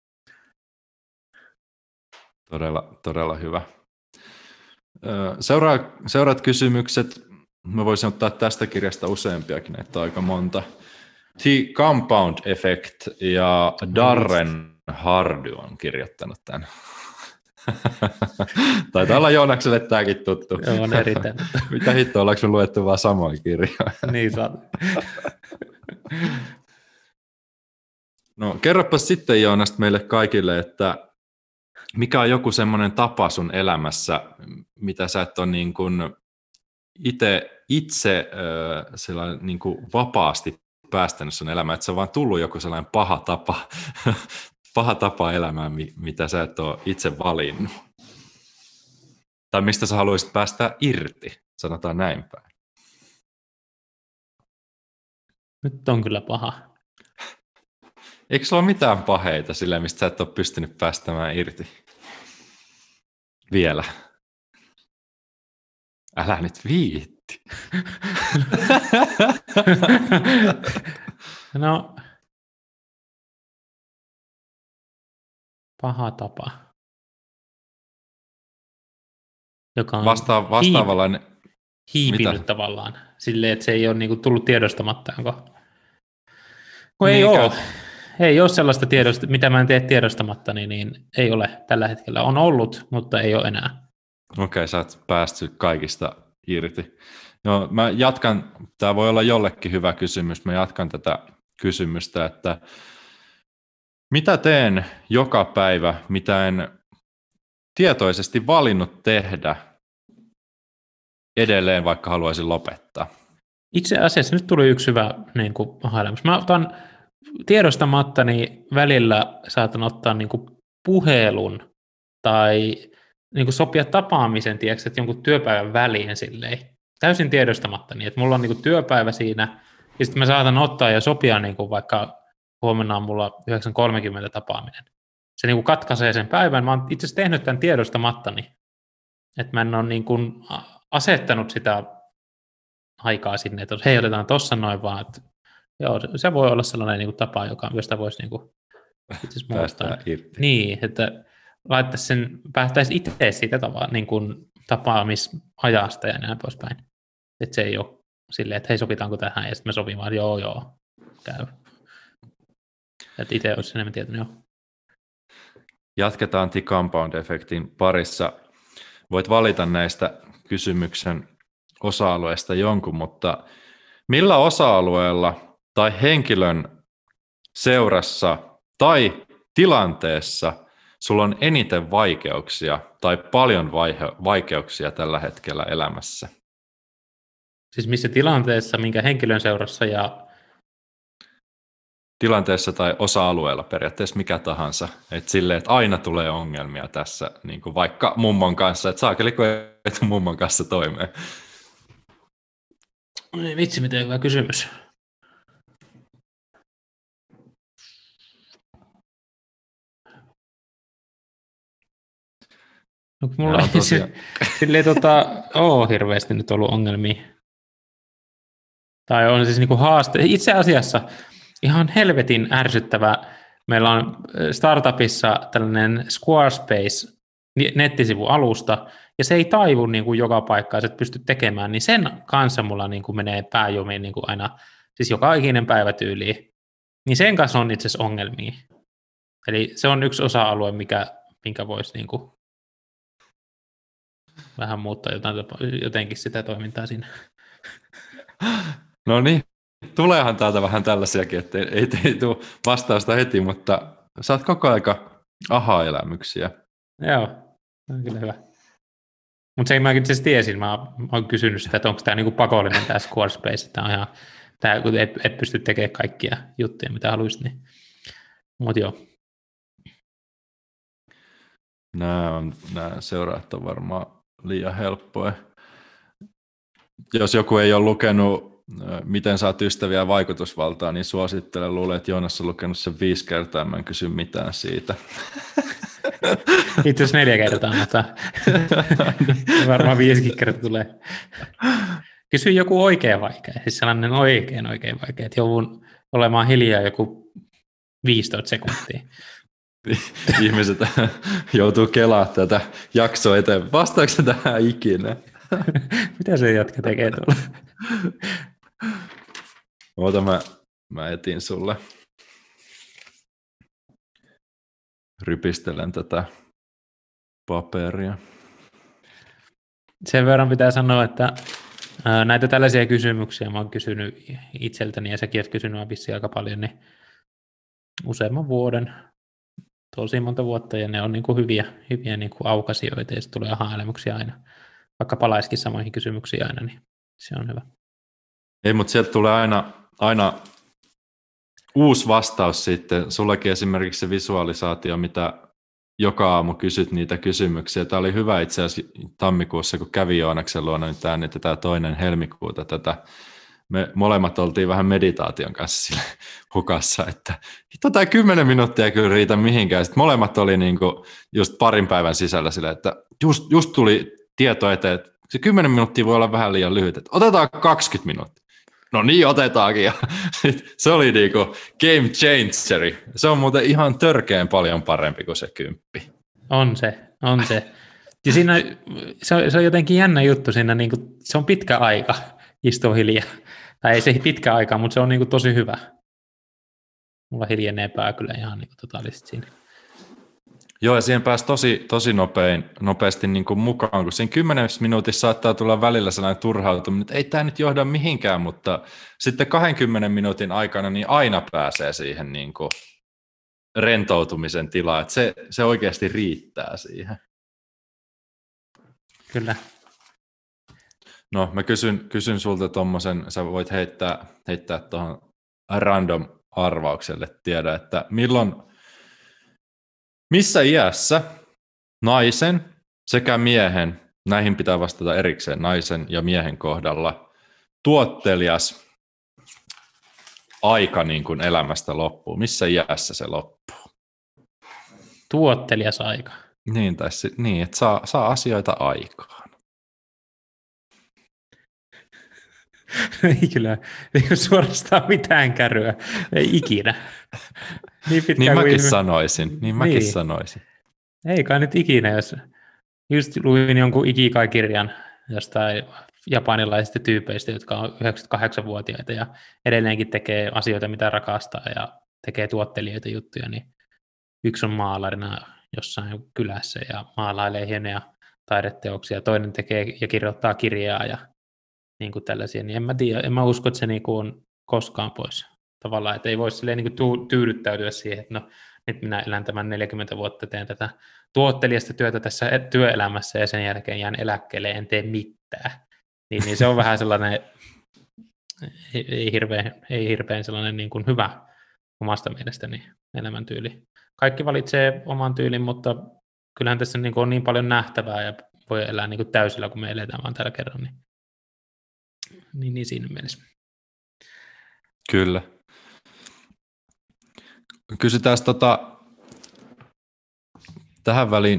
Todella, todella hyvä. Seuraa, seuraat kysymykset. Mä voisin ottaa tästä kirjasta useampiakin, että aika monta. The Compound Effect ja Darren Hardy on kirjoittanut tämän. Taitaa olla Joonakselle tämäkin tuttu. Joo, on erittäin. Mitä hittoa, ollaanko me luettu vaan samoin kirjoja? Niin saat. No kerropas sitten Joonas meille kaikille, että mikä on joku semmoinen tapa sun elämässä, mitä sä et ole niin kuin itse, itse äh, niin kuin vapaasti päästänyt sun elämään, että se on vaan tullut joku sellainen paha tapa, paha tapa elämään, mitä sä et ole itse valinnut. Tai mistä sä haluaisit päästä irti, sanotaan näin päin. Nyt on kyllä paha. Eikö sulla ole mitään paheita sillä, mistä sä et ole pystynyt päästämään irti? Vielä. Älä nyt viitti. No, paha tapa. Joka on Vasta- vastaavanlainen. hiipinyt Mitä? tavallaan. Silleen, että se ei ole niinku tullut tiedostamatta. Kun Niin ei käy. ole. Ei ole sellaista tiedosta, mitä mä en tee tiedostamatta, niin, niin ei ole tällä hetkellä. On ollut, mutta ei ole enää. Okei, okay, sä oot päässyt kaikista irti. No, mä jatkan, tämä voi olla jollekin hyvä kysymys, mä jatkan tätä kysymystä, että mitä teen joka päivä, mitä en tietoisesti valinnut tehdä edelleen, vaikka haluaisin lopettaa? Itse asiassa nyt tuli yksi hyvä niin kuin, aha-elämys. Mä otan tiedostamatta, niin välillä saatan ottaa niin kuin, puhelun tai niin kuin, sopia tapaamisen, tiedätkö, että jonkun työpäivän väliin silleen. Täysin tiedostamatta, niin että mulla on niin kuin, työpäivä siinä, ja sitten mä saatan ottaa ja sopia niin kuin, vaikka huomenna on mulla yhdeksän kolmekymmentä tapaaminen. Se niin kuin, katkaisee sen päivän. Mä oon itse asiassa tehnyt tämän tiedostamatta, niin, että mä en ole niin kuin, asettanut sitä aikaa sinne, että hei, otetaan tuossa noin vaan, että joo, se voi olla sellainen niin kuin, tapa, joka, josta voisi niin kuin, itse asiassa muuttaa. irti. Niin, että laittaisi sen, päästäisi itse siitä tava, niin kuin, tapaamisajasta ja näin poispäin. Että se ei ole silleen, että hei, sopitaanko tähän, ja sitten me sopin vaan, joo, joo, käy. Että itse olisi enemmän tietänyt, joo. Jatketaan The Compound-efektin parissa. Voit valita näistä kysymyksen osa-alueista jonkun, mutta millä osa-alueella tai henkilön seurassa tai tilanteessa sulla on eniten vaikeuksia tai paljon vaihe- vaikeuksia tällä hetkellä elämässä? Siis missä tilanteessa, minkä henkilön seurassa ja Tilanteessa tai osa-alueella periaatteessa mikä tahansa. Että silleen, että aina tulee ongelmia tässä, niin kuin vaikka mummon kanssa, että saakeli kun ei tule mummon kanssa toimeen. Ei vitsi, miten hyvä kysymys. No, mulla ei tosiaan. silleen tota, ole hirveästi nyt ollut ongelmia. Tai on siis niinku haaste. Itse asiassa ihan helvetin ärsyttävä. Meillä on startupissa tällainen Squarespace nettisivualusta, ja se ei taivu niin kuin joka paikkaan, että pystyt tekemään, niin sen kanssa mulla niin kuin menee pääjumiin niin kuin aina siis joka ikinen päivä tyyliin, niin sen kanssa on itse asiassa ongelmia. Eli se on yksi osa-alue, mikä, minkä voisi niin kuin vähän muuttaa jotain, jotenkin sitä toimintaa siinä. No niin, tuleehan täältä vähän tällaisiakin, että ei, ei, ei tule vastausta heti, mutta saat koko aika aha-elämyksiä. Joo, se on kyllä hyvä. Mutta se mä itse asiassa tiesin, mä oon kysynyt sitä, että onko tämä niinku pakollinen tämä Squarespace, että on ihan, tää, kun et, et pysty tekemään kaikkia juttuja, mitä haluaisit, niin. Mutta joo. Nämä, on, nämä seuraat on varmaan liian helppoja. Jos joku ei ole lukenut Miten saat ystäviä ja vaikutusvaltaa, niin suosittelen. Luulen, että Joonas on lukenut sen viisi kertaa, mä en kysy mitään siitä. Itse asiassa neljä kertaa, mutta varmaan viisikin kertaa tulee. Kysy joku oikein vaikea, siis sellainen oikein oikein vaikea, että joudun olemaan hiljaa joku viisitoista sekuntia. Ihmiset joutuu kelaamaan tätä jaksoa eteen. Vastaako se tähän ikinä? Mitä se jatka tekee tuolla? Oota, mä, mä etin sulle. Rypistelen tätä paperia. Sen verran pitää sanoa, että näitä tällaisia kysymyksiä mä oon kysynyt itseltäni, ja säkin oot kysynyt vissiin aika paljon, niin useamman vuoden, tosi monta vuotta, ja ne on niin kuin hyviä, hyviä niin kuin aukaisijoita, ja tulee aha-elämyksiä aina. Vaikka palaisikin samoihin kysymyksiin aina, niin se on hyvä. Ei, mutta sieltä tulee aina, aina uusi vastaus sitten. Sullakin esimerkiksi se visualisaatio, mitä joka aamu kysyt niitä kysymyksiä. Tämä oli hyvä itse asiassa tammikuussa, kun kävi Joonaksen luona, niin tämä nyt tämä toinen helmikuuta tätä. Me molemmat oltiin vähän meditaation kanssa sille hukassa, että tota kymmenen minuuttia ei kyllä riitä mihinkään. Sitten molemmat oli niinku just parin päivän sisällä sille, että just, just tuli tieto eteen, että se kymmenen minuuttia voi olla vähän liian lyhyt, että otetaan kaksikymmentä minuuttia. No niin, otetaankin. Ja se oli niinku game changeri. Se on muuten ihan törkeän paljon parempi kuin se kymppi. On se, on se. Ja siinä se on, se on jotenkin jännä juttu siinä, niinku, se on pitkä aika istua hiljaa. Tai ei se pitkä aika, mutta se on niinku tosi hyvä. Mulla hiljenee pää kyllä ihan niinku totaalisesti siinä. Joo, ja siihen pääsi tosi, tosi nopein, nopeasti niin kuin mukaan, kun siinä kymmenessä minuutissa saattaa tulla välillä sellainen turhautuminen, että ei tämä nyt johda mihinkään, mutta sitten kahdenkymmenen minuutin aikana niin aina pääsee siihen niin kuin rentoutumisen tilaan, että se, se oikeasti riittää siihen. Kyllä. No, mä kysyn, kysyn sulta tommosen, sä voit heittää, heittää tuohon random arvaukselle, tiedä, että milloin, missä iässä naisen sekä miehen, näihin pitää vastata erikseen naisen ja miehen kohdalla, tuottelias aika niin kuin elämästä loppuu? Missä iässä se loppuu? Tuottelias aika. Niin, tai se, niin että saa, saa asioita aikaan. Ei kyllä, ei suorastaan mitään kärryä, ei ikinä. Niin, niin mäkin kuin... sanoisin, niin mäkin niin. sanoisin. Ei kai nyt ikinä, jos just luin jonkun Ikigai-kirjan jostain japanilaisista tyypeistä, jotka on yhdeksänkymmentäkahdeksanvuotiaita ja edelleenkin tekee asioita, mitä rakastaa ja tekee tuottelijoita juttuja, niin yksi on maalarina jossain kylässä ja maalailee hienoja taideteoksia, toinen tekee ja kirjoittaa kirjaa ja niin kuin tällaisia, niin en mä tiedä, en mä usko, että se niin kuin on koskaan pois tavallaan, että ei voi silleen niin kuin tyydyttäytyä siihen, että no nyt minä elän tämän neljäkymmentä vuotta, teen tätä tuottelijasta työtä tässä työelämässä ja sen jälkeen jään eläkkeelle, en tee mitään. Niin, niin se on vähän sellainen, ei, ei, hirveän, ei hirveän sellainen niin kuin hyvä omasta mielestäni elämäntyyli. Kaikki valitsee oman tyylin, mutta kyllähän tässä niin kuin on niin paljon nähtävää ja voi elää niin kuin täysillä, kun me eletään vaan tällä kerran. Niin, niin, niin siinä mielessä. Kyllä. Kysytään tota, tähän väliin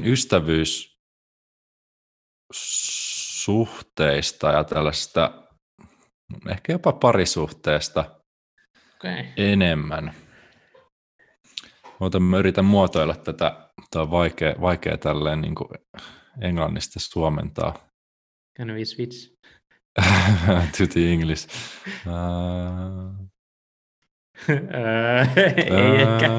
ystävyyssuhteista ja tällaista, ehkä jopa parisuhteesta okay. enemmän. Mutta mä yritän muotoilla tätä, tämä on vaikea, vaikea tälleen niin kuin englannista suomentaa. Can we switch? To the English. Uh, Ei ehkä.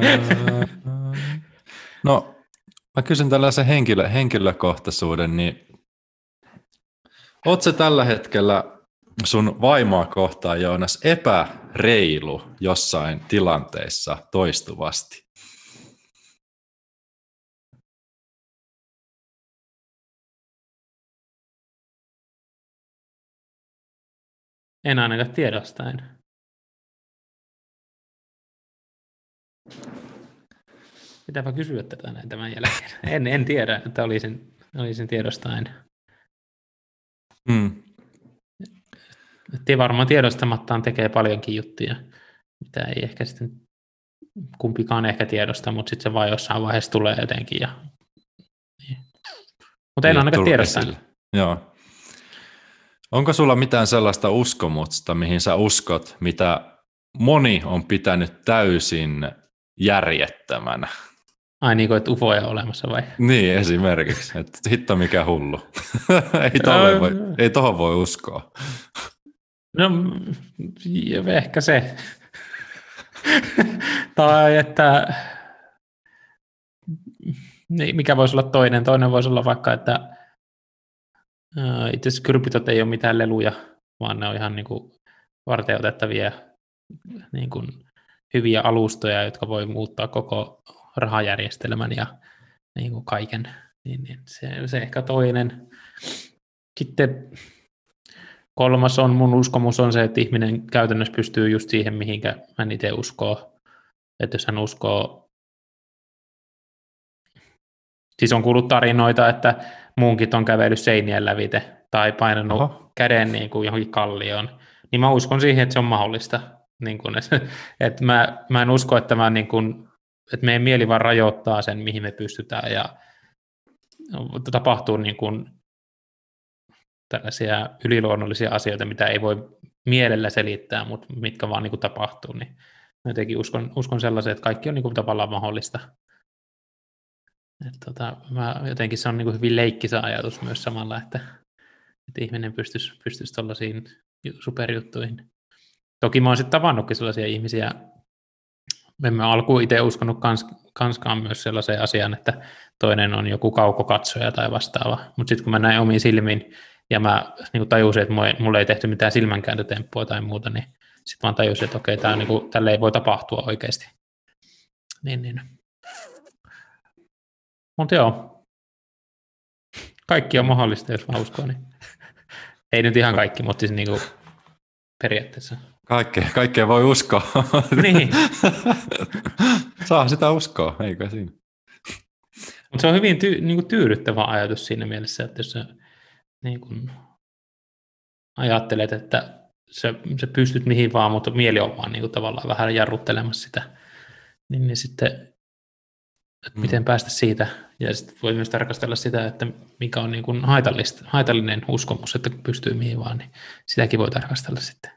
No, mä kysyn tällaisen henkilö, henkilökohtaisuuden, niin oot sä tällä hetkellä sun vaimoa kohtaan, Joonas, epäreilu jossain tilanteissa toistuvasti? En ainakaan tiedostaen. Pitääpä kysyä tätä näin tämän jälkeen. En, en tiedä, että olisin, olisin tiedostaen. Mm. Että varmaan tiedostamattaan tekee paljonkin juttuja, mitä ei ehkä sitten kumpikaan ehkä tiedosta, mutta sitten se vaan jossain vaiheessa tulee jotenkin. Ja... Niin. Mutta en Niin, ainakaan tulee tiedostaen. esille. Joo. Onko sulla mitään sellaista uskomusta, mihin sä uskot, mitä moni on pitänyt täysin järjettömänä? Ai niin kuin, että ufoja on olemassa vai? Niin, esimerkiksi. Että hitto mikä hullu. ei, tohon voi, ei tohon voi uskoa. No, ehkä se. Tai että, niin, mikä voisi olla toinen? Toinen voisi olla vaikka, että itse asiassa kryptot ei ole mitään leluja, vaan ne on ihan niin kuin varteutettavia niin kuin hyviä alustoja, jotka voi muuttaa koko rahajärjestelmän ja niin kuin kaiken. Niin, niin se, se ehkä toinen. Sitten kolmas on, mun uskomus on se, että ihminen käytännössä pystyy just siihen, mihinkä hän itse uskoo. Että jos hän uskoo, siis on kuullut tarinoita, että munkit on kävellyt seinien lävite tai painanut Oho. käden niin kuin johonkin kallioon, niin mä uskon siihen, että se on mahdollista. Niin kuin, että, että mä, mä en usko, että, mä niin kuin, että meidän mieli vaan rajoittaa sen, mihin me pystytään, ja tapahtuu niin kuin tällaisia yliluonnollisia asioita, mitä ei voi mielellä selittää, mutta mitkä vaan niin kuin tapahtuu, niin mä jotenkin uskon, uskon sellaisen, että kaikki on niin kuin tavallaan mahdollista. Et tota, mä, jotenkin se on niin kuin hyvin leikkisä ajatus myös samalla, että, että ihminen pystyisi, pystyisi tuollaisiin superjuttuihin. Toki mä oon sitten tavannutkin sellaisia ihmisiä, en mä alkuun itse uskonut kans, kanskaan myös sellaiseen asiaan, että toinen on joku kaukokatsoja tai vastaava, mutta sitten kun mä näin omiin silmiin ja mä niin kuin tajusin, että mulla ei tehty mitään silmänkääntötemppua tai muuta, niin sitten mä tajusin, että okei, tää, niin kuin, tälle ei voi tapahtua oikeasti. Niin, niin. Mutta joo, kaikki on mahdollista, jos mä uskon. Niin. Ei nyt ihan kaikki, mutta siis niin kuin periaatteessa. Kaikkea, kaikkea voi uskoa. Niin. Saa sitä uskoa, eikö siinä? Mutta se on hyvin ty- niin kuin tyydyttävä ajatus siinä mielessä, että jos sä niin kuin ajattelet, että sä, sä pystyt mihin vaan, mutta mieli on vaan niin kuin tavallaan vähän jarruttelemassa sitä, niin, niin sitten, että mm. miten päästä siitä. Ja sitten voi myös tarkastella sitä, että mikä on niin kuin haitallinen uskomus, että pystyy mihin vaan, niin sitäkin voi tarkastella sitten.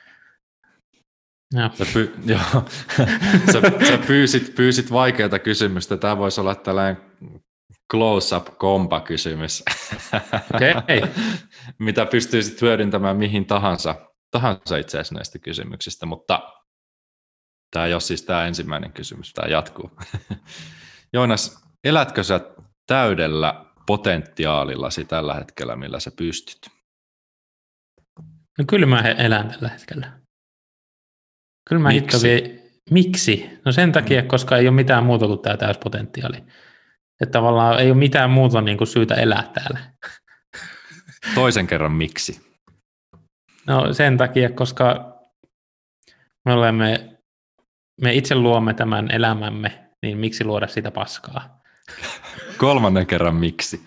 Joo. Sä, py, joo. sä, sä pyysit, pyysit vaikeata kysymystä. Tämä voisi olla tällainen close-up-kompa-kysymys, Okay. mitä pystyisit hyödyntämään mihin tahansa, tahansa itse asiassa näistä kysymyksistä, mutta tämä ei ole siis tämä ensimmäinen kysymys, tämä jatkuu. Joonas, elätkö sä täydellä potentiaalillasi tällä hetkellä, millä sä pystyt? No kyllä mä elän tällä hetkellä. Kyllä mä Miksi? hittovin, miksi? No sen takia, koska ei ole mitään muuta kuin tämä täyspotentiaali. Että tavallaan ei ole mitään muuta niin kuin syytä elää täällä. Toisen kerran miksi? No sen takia, koska me olemme, me itse luomme tämän elämämme, niin miksi luoda sitä paskaa? Kolmannen kerran miksi?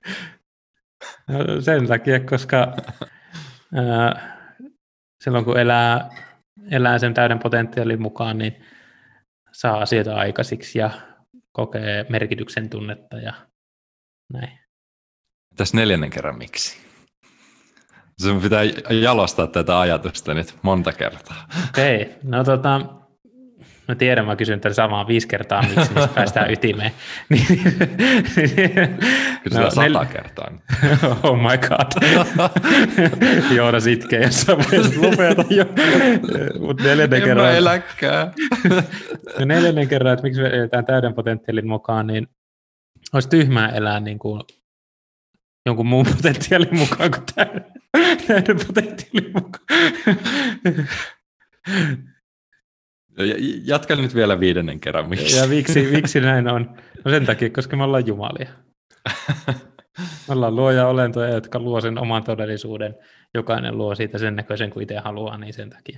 No sen takia, koska ää, silloin kun elää, elää sen täyden potentiaalin mukaan, niin saa asioita aikaisiksi ja kokee merkityksen tunnetta ja näin. Tässä neljännen kerran miksi? Sun pitää jalostaa tätä ajatusta nyt monta kertaa. Okei, no tota, Mä tiedän, mä kysyn tämän samaa viisi kertaa, miksi mistä päästään ytimeen. Kyllä no, sata nel... kertaa. Oh my god. Joonas itkee jossain vaiheessa, lopeta jo. Mut neljännen kerran... En mä eläkään. neljännen kerran, että miksi me eletään täyden potentiaalin mukaan, niin olisi tyhmää elää niin kuin jonkun muun potentiaalin mukaan kuin täyden, täyden potentiaalin mukaan. Jatka nyt vielä viidennen kerran. Miksi? Ja miksi, miksi näin on? No sen takia, koska me ollaan jumalia. Me ollaan luoja olentoja, jotka luo sen oman todellisuuden. Jokainen luo siitä sen näköisen kuin itse haluaa, niin sen takia.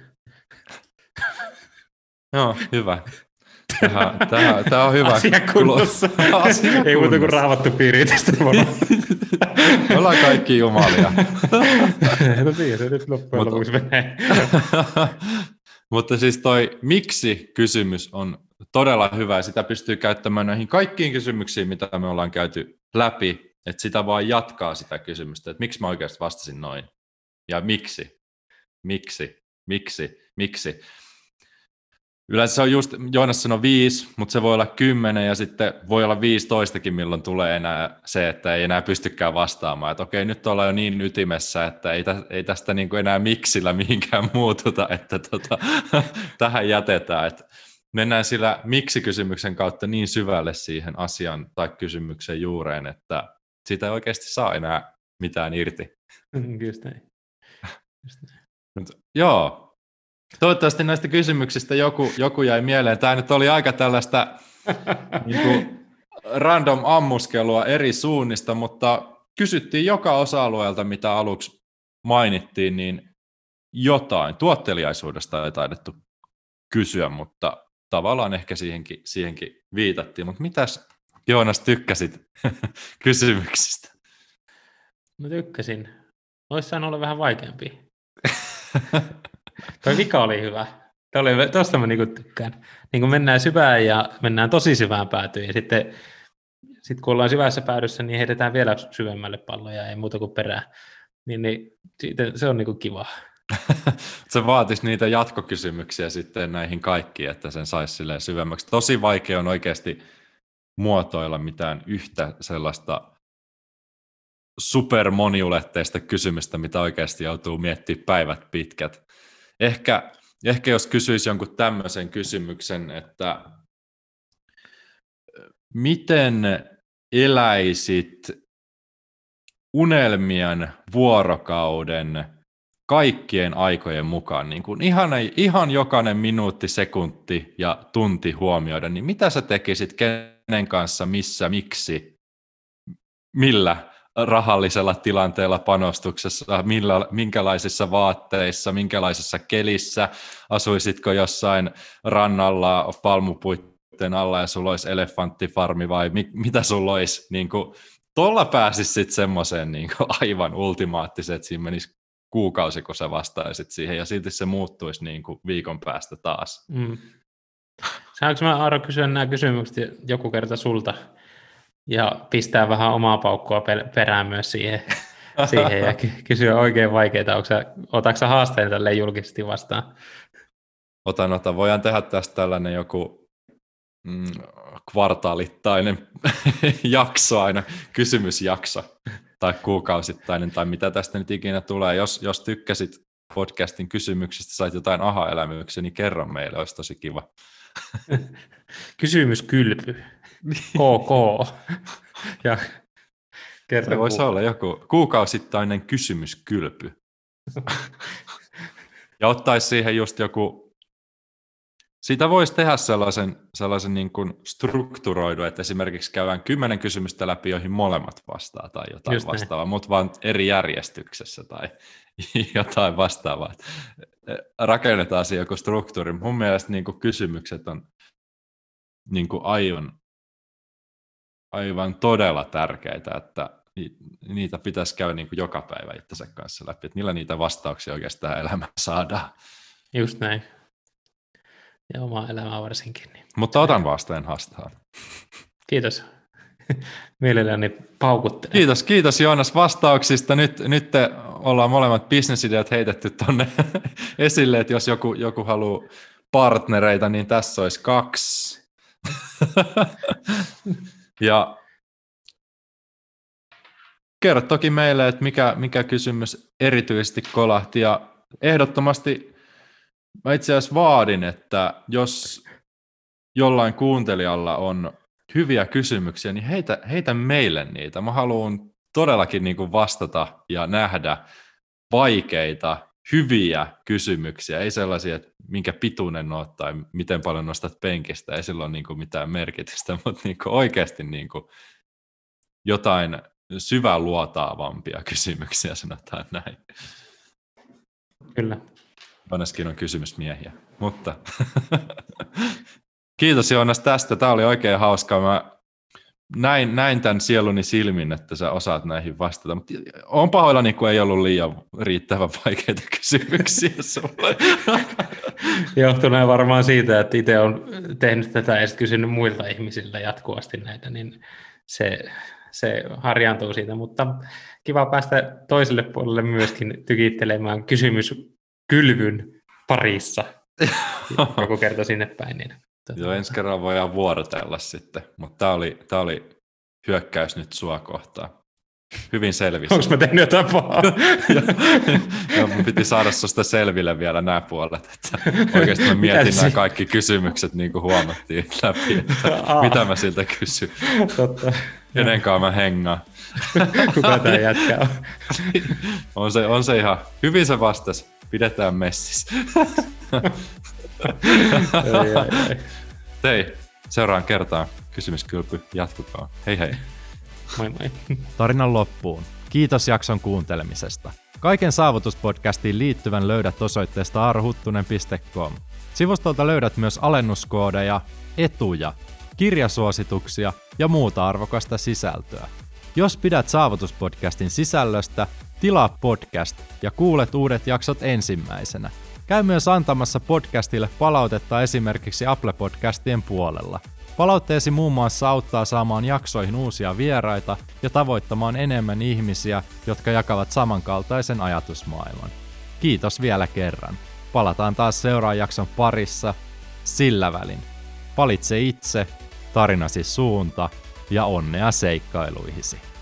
Joo, hyvä. Tämä, tämä, tämä on hyvä. Asia kunnossa. Asia Ei muuta kuin raavattu piiri tästä. Me ollaan kaikki jumalia. No niin, se nyt loppujen lopuksi menee. Mutta siis toi miksi-kysymys on todella hyvä, ja sitä pystyy käyttämään näihin kaikkiin kysymyksiin, mitä me ollaan käyty läpi, että sitä vaan jatkaa sitä kysymystä, että miksi mä oikeasti vastasin noin, ja miksi, miksi, miksi, miksi. Yleensä se on just, Joonas sanoi viisi, mutta se voi olla kymmenen, ja sitten voi olla viisitoistakin, milloin tulee enää se, että ei enää pystykään vastaamaan. Että okei, nyt ollaan jo niin ytimessä, että ei, tä, ei tästä niin kuin enää miksillä mihinkään muututa, että tota, tähän jätetään. Että mennään sillä miksi-kysymyksen kautta niin syvälle siihen asian tai kysymyksen juureen, että siitä ei oikeasti saa enää mitään irti. Just näin. Just näin. Mut, joo. Toivottavasti näistä kysymyksistä joku, joku jäi mieleen. Tämä nyt oli aika tällaista niin kuin random ammuskelua eri suunnista, mutta kysyttiin joka osa-alueelta, mitä aluksi mainittiin, niin jotain. Tuotteliaisuudesta ei taidettu kysyä, mutta tavallaan ehkä siihenkin, siihenkin viitattiin. Mutta mitäs, Joonas, tykkäsit kysymyksistä? Mä tykkäsin. Olisi saanut olla vähän vaikeampi. Toi vika oli hyvä. Tuosta mä niinku tykkään. Niin kun mennään syvään ja mennään tosi syvään päätyyn ja sitten sit kun ollaan syvässä päädyssä, niin heitetään vielä syvemmälle palloja, ei muuta kuin perään. Niin, niin siitä, se on niinku kiva. Se vaatisi niitä jatkokysymyksiä sitten näihin kaikkiin, että sen saisi silleen syvemmäksi. Tosi vaikea on oikeasti muotoilla mitään yhtä sellaista supermoniuletteista kysymystä, mitä oikeasti joutuu miettimään päivät pitkät. Ehkä, ehkä jos kysyisi jonkun tämmöisen kysymyksen, että miten eläisit unelmien vuorokauden kaikkien aikojen mukaan, niin kuin ihan, ihan jokainen minuutti, sekunti ja tunti huomioida, niin mitä sä tekisit, kenen kanssa, missä, miksi, millä rahallisella tilanteella, panostuksessa, millä, minkälaisissa vaatteissa, minkälaisessa kelissä, asuisitko jossain rannalla palmupuitten alla ja sulla olisi elefanttifarmi vai mi, mitä sulla olisi, niin kuin, tuolla pääsisi sitten semmoiseen niin kuin aivan ultimaattiseen, että siinä menisi kuukausi, kun sä vastaisit siihen ja silti se muuttuisi niin kuin viikon päästä taas. Mm. Saanko mä, Aaro, kysyä nämä kysymykset joku kerta sulta? Ja pistää vähän omaa paukkua perään myös siihen, siihen ja kysyä oikein vaikeita. Otatko sä haasteen tälleen julkisesti vastaan? Otan, otan. Voidaan tehdä tästä tällainen joku mm, kvartaalittainen jakso aina, kysymysjakso tai kuukausittainen tai mitä tästä nyt ikinä tulee. Jos, jos tykkäsit podcastin kysymyksistä, sait jotain aha-elämyksiä, niin kerro meille, olisi tosi kiva. Kysymyskylpy. K K. Ja se voisi olla joku kuukausittainen kysymyskylpy. Ja ottaisi siihen just joku, siitä voisi tehdä sellaisen, sellaisen niin kuin strukturoidun, että esimerkiksi käydään kymmenen kysymystä läpi, joihin molemmat vastaa tai jotain just vastaavaa, mutta vaan eri järjestyksessä tai jotain vastaavaa. Rakennetaan siihen joku struktuuri. Mun mielestä niin kuin kysymykset on niin kuin aivan, aivan todella tärkeitä, että niitä pitäisi käydä niin kuin joka päivä itsensä kanssa läpi, että millä niitä vastauksia oikeastaan elämään saadaan. Just näin. Ja omaa elämää varsinkin. Niin. Mutta otan vastaan haastaa. Kiitos. Mielelläni paukuttelen. Kiitos, kiitos Joonas vastauksista. Nyt, nyt te ollaan molemmat bisnesideat heitetty tuonne esille, että jos joku, joku haluaa partnereita, niin tässä olisi kaksi. Ja kerro toki meille, että mikä, mikä kysymys erityisesti kolahti, ja ehdottomasti mä itse asiassa vaadin, että jos jollain kuuntelijalla on hyviä kysymyksiä, niin heitä, heitä meille niitä. Mä haluan todellakin niin kuin vastata ja nähdä vaikeita, hyviä kysymyksiä, ei sellaisia, että minkä pituinen oot tai miten paljon nostat penkistä, ei sillä ole niin kuin mitään merkitystä, mutta niin kuin oikeasti niin kuin jotain syväluotaavampia kysymyksiä, sanotaan näin. Kyllä. Jonneskin on kysymysmiehiä, mutta kiitos Joonas tästä, tämä oli oikein hauskaa. Mä näin, näin tämän sieluni silmin, että sä osaat näihin vastata, mutta on pahoillani, kun ei ollut liian riittävän vaikeita kysymyksiä sulle. Johtuneen varmaan siitä, että itse on tehnyt tätä ja kysynyt muilta ihmisiltä jatkuvasti näitä, niin se, se harjaantuu siitä, mutta kiva päästä toiselle puolelle myöskin tykittelemään kysymyskylvyn parissa joku kerta sinne päin. Niin. Joo, ensi kerralla voidaan vuorotella sitten, mutta tämä oli, tämä oli hyökkäys nyt sua kohtaan. Hyvin selvisi. Onko mä tehnyt jotain pahaa? Joo, mun piti saada susta selville vielä nämä puolet, että oikeasti mä mietin nämä kaikki kysymykset, niin kuin huomattiin läpi, että mitä mä siltä kysyn. Totta. Kenenkaan mä hengaan. Kuka tää jätkä on? on, se, on se ihan, hyvin se vastasi, pidetään messissä. ei, ei, ei. Hei, seuraan kertaan kysymyskylpy jatkutaan. Hei hei. Moi moi. Tarinan loppuun. Kiitos jakson kuuntelemisesta. Kaiken saavutuspodcastiin liittyvän löydät osoitteesta aarhuttunen piste com. Sivustolta löydät myös alennuskoodeja, etuja, kirjasuosituksia ja muuta arvokasta sisältöä. Jos pidät saavutuspodcastin sisällöstä, tilaa podcast ja kuulet uudet jaksot ensimmäisenä. Käy myös antamassa podcastille palautetta esimerkiksi Apple-podcastien puolella. Palautteesi muun muassa auttaa saamaan jaksoihin uusia vieraita ja tavoittamaan enemmän ihmisiä, jotka jakavat samankaltaisen ajatusmaailman. Kiitos vielä kerran. Palataan taas seuraavan jakson parissa. Sillä välin. Valitse itse, tarinasi suunta ja onnea seikkailuihisi.